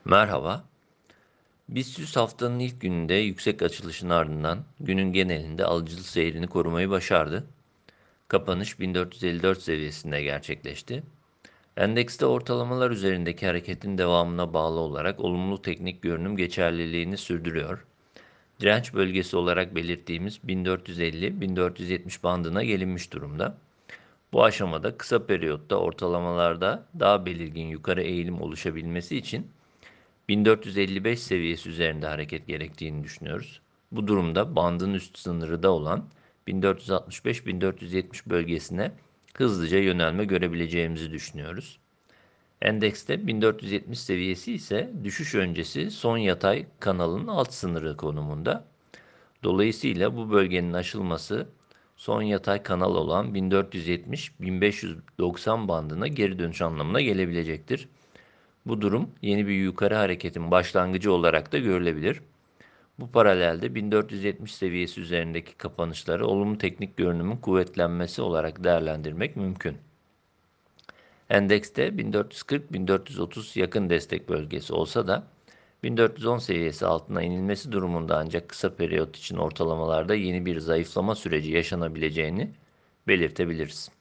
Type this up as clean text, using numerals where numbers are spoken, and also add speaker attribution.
Speaker 1: Merhaba. BIST haftanın ilk gününde yüksek açılışın ardından günün genelinde alıcılı seyrini korumayı başardı. Kapanış 1454 seviyesinde gerçekleşti. Endekste ortalamalar üzerindeki hareketin devamına bağlı olarak olumlu teknik görünüm geçerliliğini sürdürüyor. Direnç bölgesi olarak belirttiğimiz 1450-1470 bandına gelinmiş durumda. Bu aşamada kısa periyotta ortalamalarda daha belirgin yukarı eğilim oluşabilmesi için 1455 seviyesi üzerinde hareket gerektiğini düşünüyoruz. Bu durumda bandın üst sınırı da olan 1465-1470 bölgesine hızlıca yönelme görebileceğimizi düşünüyoruz. Endekste 1470 seviyesi ise düşüş öncesi son yatay kanalın alt sınırı konumunda. Dolayısıyla bu bölgenin aşılması son yatay kanal olan 1470-1590 bandına geri dönüş anlamına gelebilecektir. Bu durum yeni bir yukarı hareketin başlangıcı olarak da görülebilir. Bu paralelde 1470 seviyesi üzerindeki kapanışları olumlu teknik görünümün kuvvetlenmesi olarak değerlendirmek mümkün. Endekste 1440-1430 yakın destek bölgesi olsa da 1410 seviyesi altına inilmesi durumunda ancak kısa periyot için ortalamalarda yeni bir zayıflama süreci yaşanabileceğini belirtebiliriz.